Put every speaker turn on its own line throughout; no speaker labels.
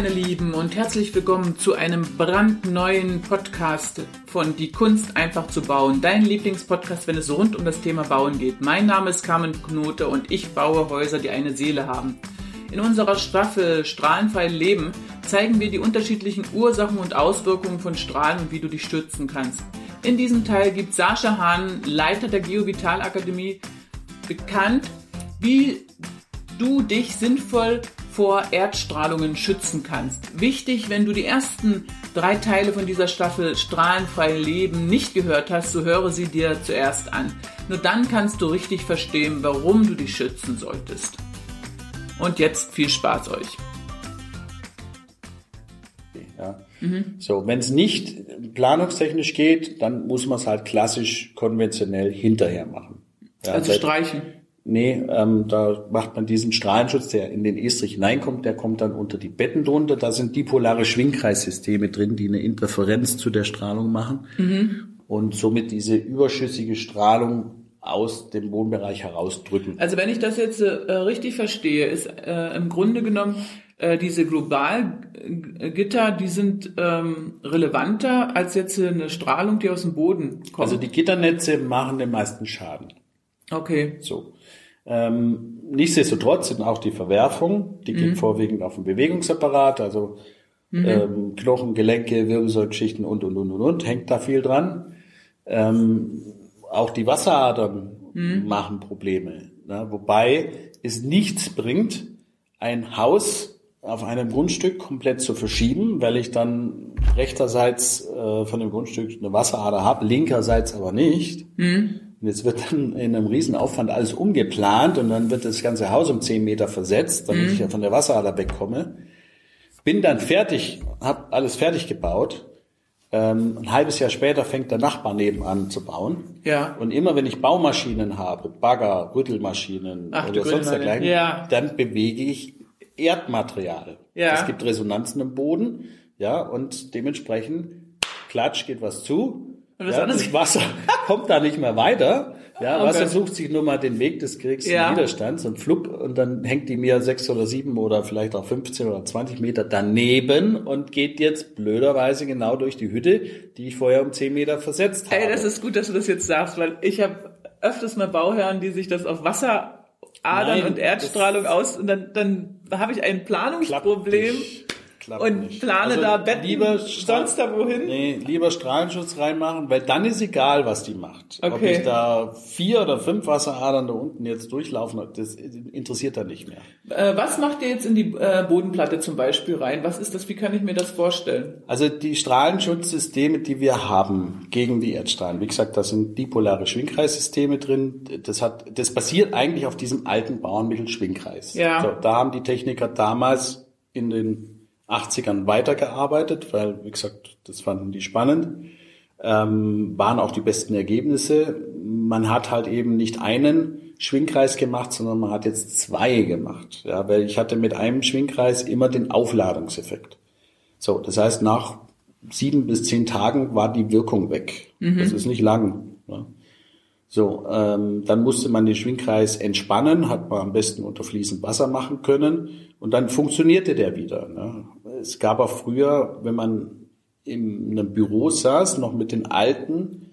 meine Lieben, und herzlich willkommen zu einem brandneuen Podcast von Die Kunst einfach zu bauen. Dein Lieblingspodcast, wenn es rund um das Thema Bauen geht. Mein Name ist Carmen Knote und ich baue Häuser, die eine Seele haben. In unserer Staffel Strahlenfrei Leben zeigen wir die unterschiedlichen Ursachen und Auswirkungen von Strahlen und wie du dich schützen kannst. In diesem Teil gibt Sascha Hahn, Leiter der Geovital Akademie, bekannt, wie du dich sinnvoll vor Erdstrahlungen schützen kannst. Wichtig, wenn du die ersten 3 Teile von dieser Staffel Strahlenfrei Leben nicht gehört hast, so höre sie dir zuerst an. Nur dann kannst du richtig verstehen, warum du dich schützen solltest. Und jetzt viel Spaß euch.
Ja. So, wenn es nicht planungstechnisch geht, dann muss man es halt klassisch konventionell hinterher machen. Ja,
also streichen.
Nee, da macht man diesen Strahlenschutz, der in den Estrich hineinkommt, der kommt dann unter die Betten drunter. Da sind dipolare Schwingkreissysteme drin, die eine Interferenz zu der Strahlung machen und somit diese überschüssige Strahlung aus dem Wohnbereich herausdrücken.
Also wenn ich das jetzt richtig verstehe, ist im Grunde genommen diese Globalgitter, die sind relevanter als jetzt eine Strahlung, die aus dem Boden kommt.
Also die Gitternetze machen den meisten Schaden.
Okay.
So. Nichtsdestotrotz sind auch die Verwerfungen, die geht vorwiegend auf den Bewegungsapparat, also Knochen, Gelenke, Wirbelsäulenschichten und, hängt da viel dran. Auch die Wasseradern machen Probleme, ne? Wobei es nichts bringt, ein Haus auf einem Grundstück komplett zu verschieben, weil ich dann rechterseits von dem Grundstück eine Wasserader habe, linkerseits aber nicht. Und jetzt wird dann in einem riesen Aufwand alles umgeplant und dann wird das ganze Haus um 10 Meter versetzt, damit ich ja von der Wasserader wegkomme. Bin dann fertig, habe alles fertig gebaut. Ein halbes Jahr später fängt der Nachbar nebenan zu bauen.
Ja.
Und immer wenn ich Baumaschinen habe, Bagger, Rüttelmaschinen oder sonst dergleichen, dann bewege ich Erdmaterial.
Ja.
Es gibt Resonanzen im Boden, ja, und dementsprechend klatsch geht was zu. Das Wasser kommt da nicht mehr weiter. Ja,
okay.
Wasser sucht sich nur mal den Weg des geringsten Widerstands und flupp, und dann hängt die mir 6 oder 7 oder vielleicht auch 15 oder 20 Meter daneben und geht jetzt blöderweise genau durch die Hütte, die ich vorher um 10 Meter versetzt habe.
Ey, das ist gut, dass du das jetzt sagst, weil ich habe öfters mal Bauherren, die sich das auf Wasseradern und Erdstrahlung aus, und dann habe ich ein Planungsproblem. Und plane da Betten sonst da wohin?
Nee, lieber Strahlenschutz reinmachen, weil dann ist egal, was die macht.
Okay.
Ob ich da 4 oder 5 Wasseradern da unten jetzt durchlaufen, das interessiert da nicht mehr.
Was macht ihr jetzt in die Bodenplatte zum Beispiel rein? Was ist das? Wie kann ich mir das vorstellen?
Also die Strahlenschutzsysteme, die wir haben gegen die Erdstrahlen, wie gesagt, da sind dipolare Schwingkreissysteme drin. Das basiert eigentlich auf diesem alten Bauernmittel-Schwingkreis.
Ja.
So, da haben die Techniker damals in den 80ern weitergearbeitet, weil, wie gesagt, das fanden die spannend, waren auch die besten Ergebnisse. Man hat halt eben nicht einen Schwingkreis gemacht, sondern man hat jetzt 2 gemacht. Ja, weil ich hatte mit einem Schwingkreis immer den Aufladungseffekt. So, das heißt, nach 7 bis 10 Tagen war die Wirkung weg. Das ist nicht lang. Ja. So, dann musste man den Schwingkreis entspannen, hat man am besten unter fließend Wasser machen können, und dann funktionierte der wieder. Ne? Es gab auch früher, wenn man in einem Büro saß, noch mit den alten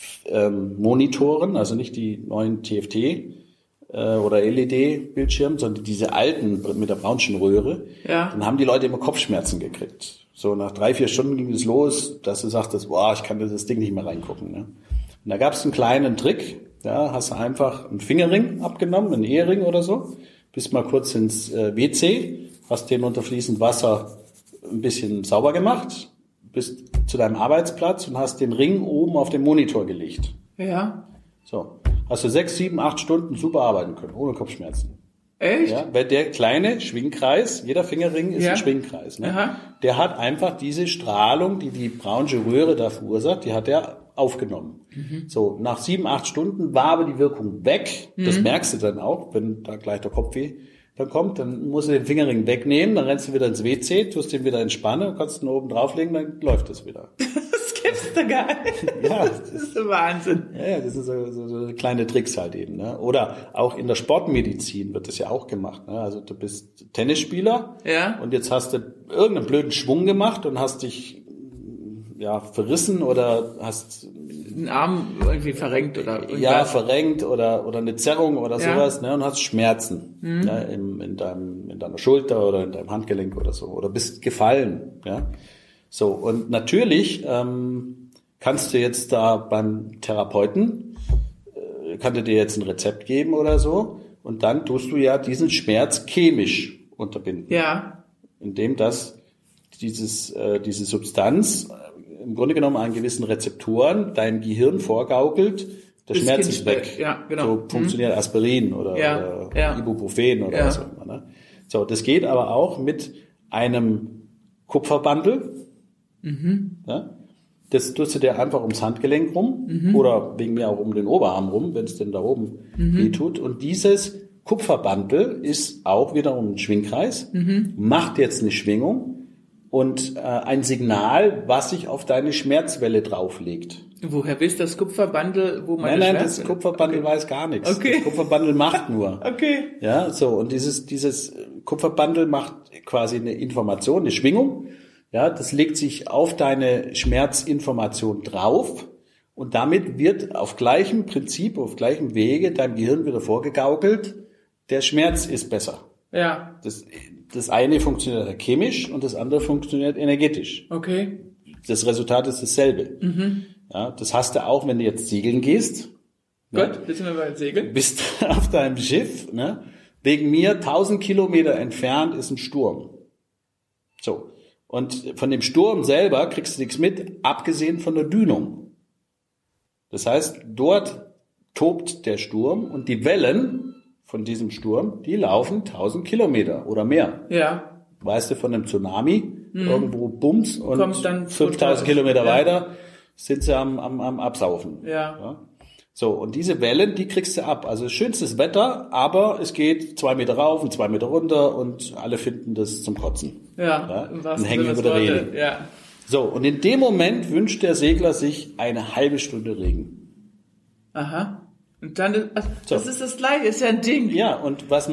Monitoren, also nicht die neuen TFT oder LED-Bildschirmen, sondern diese alten mit der Brownschen Röhre, dann haben die Leute immer Kopfschmerzen gekriegt. So nach 3-4 Stunden ging es los, dass du sagtest, boah, ich kann in das Ding nicht mehr reingucken. Ne? Und da gab es einen kleinen Trick, da hast du einfach einen Fingerring abgenommen, einen Ehering oder so, bist mal kurz ins WC, hast den unter fließend Wasser ein bisschen sauber gemacht, bist zu deinem Arbeitsplatz und hast den Ring oben auf den Monitor gelegt.
Ja.
So, hast du 6, 7, 8 Stunden super arbeiten können, ohne Kopfschmerzen.
Echt?
Ja, weil der kleine Schwingkreis, jeder Fingerring ist ein Schwingkreis, ne? Der hat einfach diese Strahlung, die die Brownsche Röhre da verursacht, die hat er aufgenommen. So, nach 7, 8 Stunden war aber die Wirkung weg. Das merkst du dann auch, wenn da gleich der Kopfweh dann kommt, dann musst du den Fingerring wegnehmen, dann rennst du wieder ins WC, tust den wieder entspannen, kannst ihn oben drauflegen, dann läuft das wieder.
Das Das ist doch geil.
Ja,
Das ist so Wahnsinn.
Ja, das sind so kleine Tricks halt eben. Ne? Oder auch in der Sportmedizin wird das ja auch gemacht. Ne? Also du bist Tennisspieler und jetzt hast du irgendeinen blöden Schwung gemacht und hast dich verrissen oder hast
einen Arm irgendwie verrenkt oder irgendwas.
Ja, verrenkt oder eine Zerrung oder sowas, ne, und hast Schmerzen in deiner Schulter oder in deinem Handgelenk oder so oder bist gefallen, ja. So, und natürlich kannst du jetzt da beim Therapeuten kann der dir jetzt ein Rezept geben oder so und dann tust du ja diesen Schmerz chemisch unterbinden.
Ja.
Indem das diese Substanz im Grunde genommen an gewissen Rezeptoren dein Gehirn vorgaukelt, der Schmerz ist weg.
Ja, genau.
So funktioniert Aspirin oder Ibuprofen oder was auch immer. Ne? So, das geht aber auch mit einem Kupferbandel. Ja? Das tust du dir einfach ums Handgelenk rum oder wegen mir auch um den Oberarm rum, wenn es denn da oben weh tut. Und dieses Kupferbandel ist auch wiederum ein Schwingkreis, macht jetzt eine Schwingung und ein Signal, was sich auf deine Schmerzwelle drauflegt.
Woher wisst das Kupferbandel, wo man
Nein, das Kupferbandel weiß gar nichts.
Okay.
Das Kupferbandel macht nur.
Okay.
Ja, so, und dieses Kupferbandel macht quasi eine Information, eine Schwingung. Ja, das legt sich auf deine Schmerzinformation drauf und damit wird auf gleichem Prinzip, auf gleichem Wege deinem Gehirn wieder vorgegaukelt, der Schmerz ist besser.
Ja.
Das eine funktioniert chemisch und das andere funktioniert energetisch.
Okay.
Das Resultat ist dasselbe. Ja, das hast du auch, wenn du jetzt segeln gehst.
Gut, jetzt sind wir bei Segeln.
Bist auf deinem Schiff, ne? Wegen mir 1000 Kilometer entfernt ist ein Sturm. So. Und von dem Sturm selber kriegst du nichts mit, abgesehen von der Dünung. Das heißt, dort tobt der Sturm und die Wellen von diesem Sturm, die laufen 1000 Kilometer oder mehr.
Ja.
Weißt du, von einem Tsunami, irgendwo Bums und
dann
5000 Kilometer weiter sind sie am Absaufen.
Ja.
So, und diese Wellen, die kriegst du ab. Also schönstes Wetter, aber es geht 2 Meter rauf und 2 Meter runter und alle finden das zum Kotzen.
Ja.
Und hängen über der Reling.
Ja.
So, und in dem Moment wünscht der Segler sich eine halbe Stunde Regen.
Aha. Und dann, das ist das Gleiche, ist ja ein Ding.
Ja, und was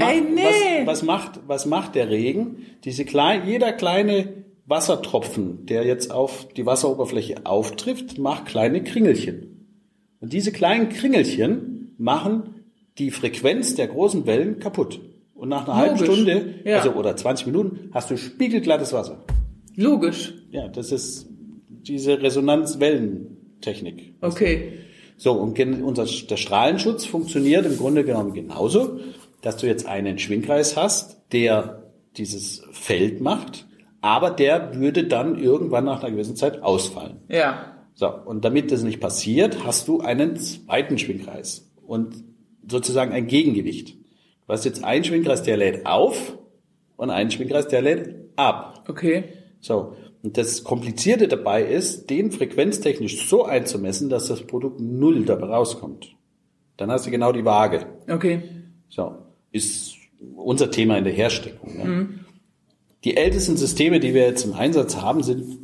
macht der Regen? Jeder kleine Wassertropfen, der jetzt auf die Wasseroberfläche auftrifft, macht kleine Kringelchen. Und diese kleinen Kringelchen machen die Frequenz der großen Wellen kaputt. Und nach einer halben Stunde, oder 20 Minuten, hast du spiegelglattes Wasser.
Logisch.
Ja, das ist diese Resonanzwellentechnik.
Okay.
So, und der Strahlenschutz funktioniert im Grunde genommen genauso, dass du jetzt einen Schwingkreis hast, der dieses Feld macht, aber der würde dann irgendwann nach einer gewissen Zeit ausfallen.
Ja.
So, und damit das nicht passiert, hast du einen zweiten Schwingkreis und sozusagen ein Gegengewicht. Du hast jetzt einen Schwingkreis, der lädt auf und einen Schwingkreis, der lädt ab.
Okay.
So, und das Komplizierte dabei ist, den frequenztechnisch so einzumessen, dass das Produkt 0 dabei rauskommt. Dann hast du genau die Waage.
Okay.
So, ist unser Thema in der Herstellung. Ne? Die ältesten Systeme, die wir jetzt im Einsatz haben, sind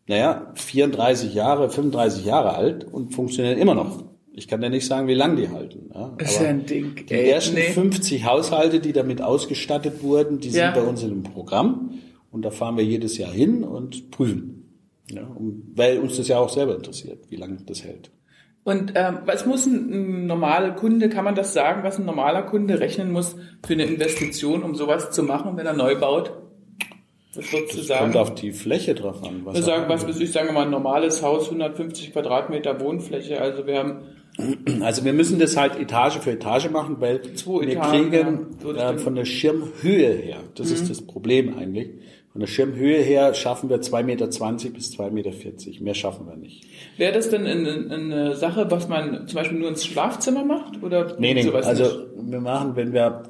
34 Jahre, 35 Jahre alt und funktionieren immer noch. Ich kann dir nicht sagen, wie lange die halten. Ja?
Ist ja ein Ding.
Die ersten 50 Haushalte, die damit ausgestattet wurden, die sind bei uns in einem Programm. Und da fahren wir jedes Jahr hin und prüfen. Ja, weil uns das ja auch selber interessiert, wie lange das hält.
Und was muss ein normaler Kunde, kann man das sagen, was ein normaler Kunde rechnen muss für eine Investition, um sowas zu machen, wenn er neu baut? Was würdest du sagen?
Kommt auf die Fläche drauf an.
Ich sage mal, ein normales Haus, 150 Quadratmeter Wohnfläche, also wir müssen das halt Etage für Etage machen, weil wir kriegen von der Schirmhöhe her, das ist das Problem eigentlich, von der Schirmhöhe her schaffen wir 2,20 Meter bis 2,40 Meter. Mehr schaffen wir nicht. Wäre das denn eine Sache, was man zum Beispiel nur ins Schlafzimmer macht? Oder
nee,
sowas
also
nicht?
wir machen, wenn wir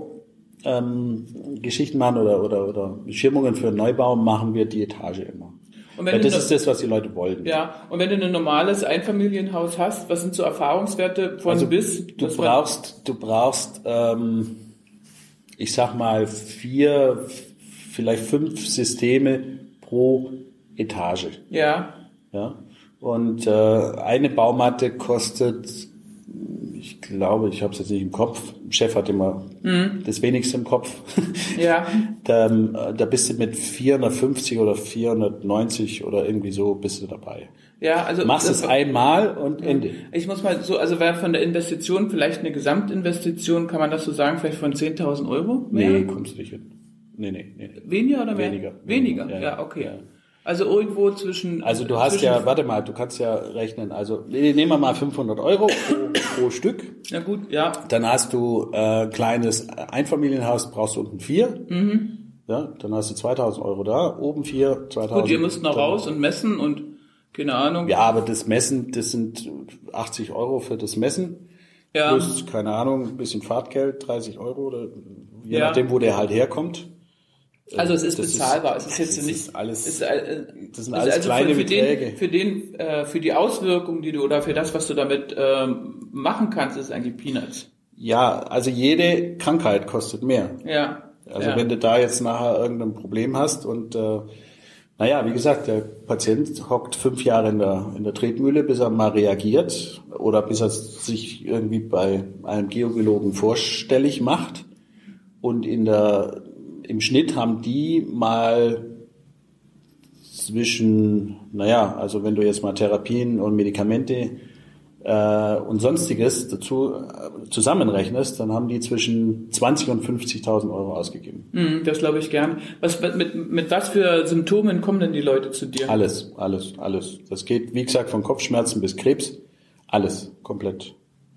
Geschichten machen oder Schirmungen für Neubau, machen wir die Etage immer. Weil das ist das, was die Leute wollen.
Ja, und wenn du ein normales Einfamilienhaus hast, was sind so Erfahrungswerte von bis?
Du brauchst, ich sag mal 4, vielleicht 5 Systeme pro Etage.
Ja.
Ja. Und eine Baumatte kostet, ich glaube, ich habe es jetzt nicht im Kopf, der Chef hat immer das wenigste im Kopf.
Ja.
Da bist du mit 450 oder 490 oder irgendwie so bist du dabei.
Ja, also
machst es einmal und Ende.
Ich muss mal so, also wäre von der Investition vielleicht eine Gesamtinvestition, kann man das so sagen, vielleicht von 10.000 Euro? Mehr?
Nee, kommst du nicht hin. Nee.
Weniger oder mehr?
Weniger.
Ja, okay. Ja. Also irgendwo zwischen...
Also du hast ja, warte mal, du kannst ja rechnen, also nehmen wir mal 500 Euro pro Stück.
Ja gut, ja.
Dann hast du kleines Einfamilienhaus, brauchst du unten 4. Ja, dann hast du 2.000 Euro da, oben 4, 2.000.
Gut, ihr müsst noch raus und messen und keine Ahnung.
Ja, aber das Messen, das sind 80 Euro für das Messen.
Ja.
Plus, keine Ahnung, ein bisschen Fahrtgeld, 30 Euro oder je nachdem, wo der halt herkommt.
Also es ist bezahlbar. Es ist jetzt nicht.
Das sind alles kleine Beträge.
Für die Auswirkungen, die du oder für das, was du damit machen kannst, ist es eigentlich Peanuts.
Ja, also jede Krankheit kostet mehr.
Ja.
Also wenn du da jetzt nachher irgendein Problem hast und wie gesagt, der Patient hockt 5 Jahre in der Tretmühle, bis er mal reagiert oder bis er sich irgendwie bei einem Geobiologen vorstellig macht. Und im Schnitt haben die mal zwischen, also wenn du jetzt mal Therapien und Medikamente und Sonstiges dazu zusammenrechnest, dann haben die zwischen 20.000 und 50.000 Euro ausgegeben.
Das glaube ich gern. Mit was für Symptomen kommen denn die Leute zu dir?
Alles. Das geht, wie gesagt, von Kopfschmerzen bis Krebs. Alles, komplett.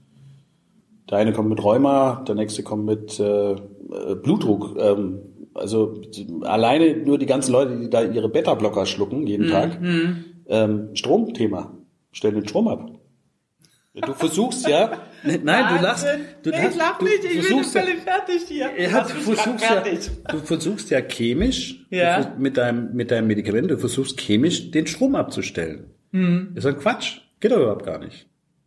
Der eine kommt mit Rheuma, der nächste kommt mit Blutdruck. Also alleine nur die ganzen Leute, die da ihre Beta-Blocker schlucken jeden Tag. Stromthema. Stell den Strom ab. Du versuchst ja. Nein, du lachst.
Ich lach nicht, ich bin völlig fertig hier.
Du versuchst ja chemisch mit deinem Medikament, du versuchst chemisch den Strom abzustellen. Das ist ein Quatsch. Geht doch überhaupt gar nicht.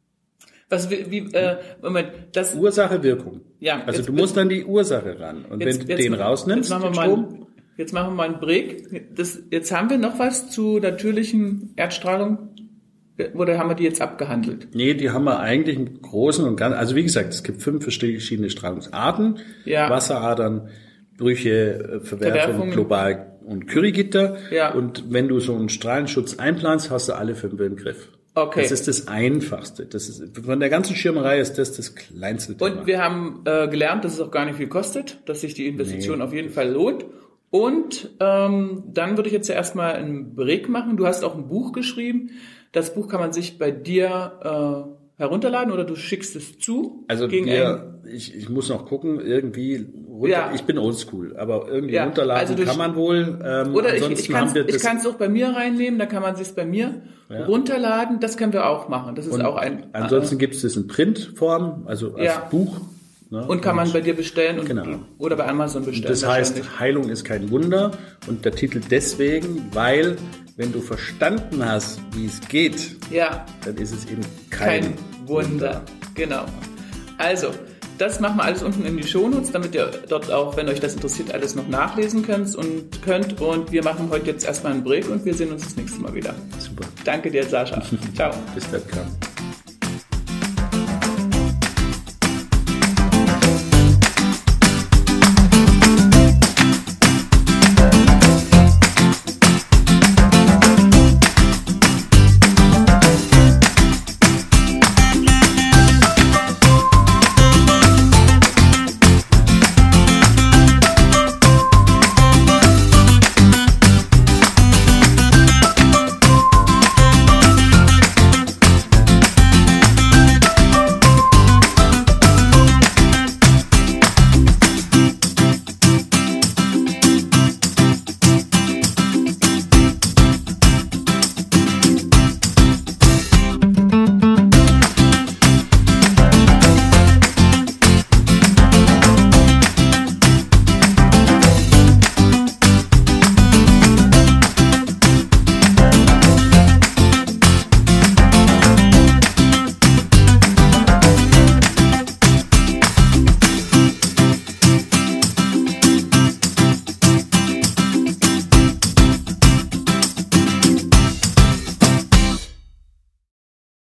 Das
Ursache, Wirkung.
Ja.
Also du musst dann die Ursache ran. Und wenn du den rausnimmst,
jetzt machen wir mal einen Break. Jetzt haben wir noch was zu natürlichen Erdstrahlung. Oder haben wir die jetzt abgehandelt?
Nee, die haben wir eigentlich im Großen und Ganzen. Also wie gesagt, es gibt 5 verschiedene Strahlungsarten. Ja. Wasseradern, Brüche, Verwerfung, Global und Curie-Gitter. Ja. Und wenn du so einen Strahlenschutz einplanst, hast du alle 5 im Griff.
Okay.
Das ist das Einfachste. Das ist, von der ganzen Schirmerei ist das kleinste Thema.
Und wir haben gelernt, dass es auch gar nicht viel kostet, dass sich die Investition auf jeden Fall lohnt. Und dann würde ich jetzt ja erstmal einen Break machen. Du hast auch ein Buch geschrieben. Das Buch kann man sich bei dir herunterladen oder du schickst es zu?
Also ich muss noch gucken, irgendwie ich bin oldschool, aber irgendwie runterladen kann man wohl.
Oder ich kann es auch bei mir reinnehmen, da kann man es bei mir runterladen, das können wir auch machen. Das ist auch ein.
Ansonsten gibt es das in Printform, also als Buch. Ne?
Und kann man bei dir bestellen oder bei Amazon bestellen.
Das heißt, Heilung ist kein Wunder und der Titel deswegen, weil wenn du verstanden hast, wie es geht, dann ist es eben kein Wunder.
Genau. Also, das machen wir alles unten in die Shownotes, damit ihr dort auch, wenn euch das interessiert, alles noch nachlesen könnt. Und wir machen heute jetzt erstmal einen Break und wir sehen uns das nächste Mal wieder.
Super.
Danke dir, Sascha. Ciao.
Bis dann, Karl.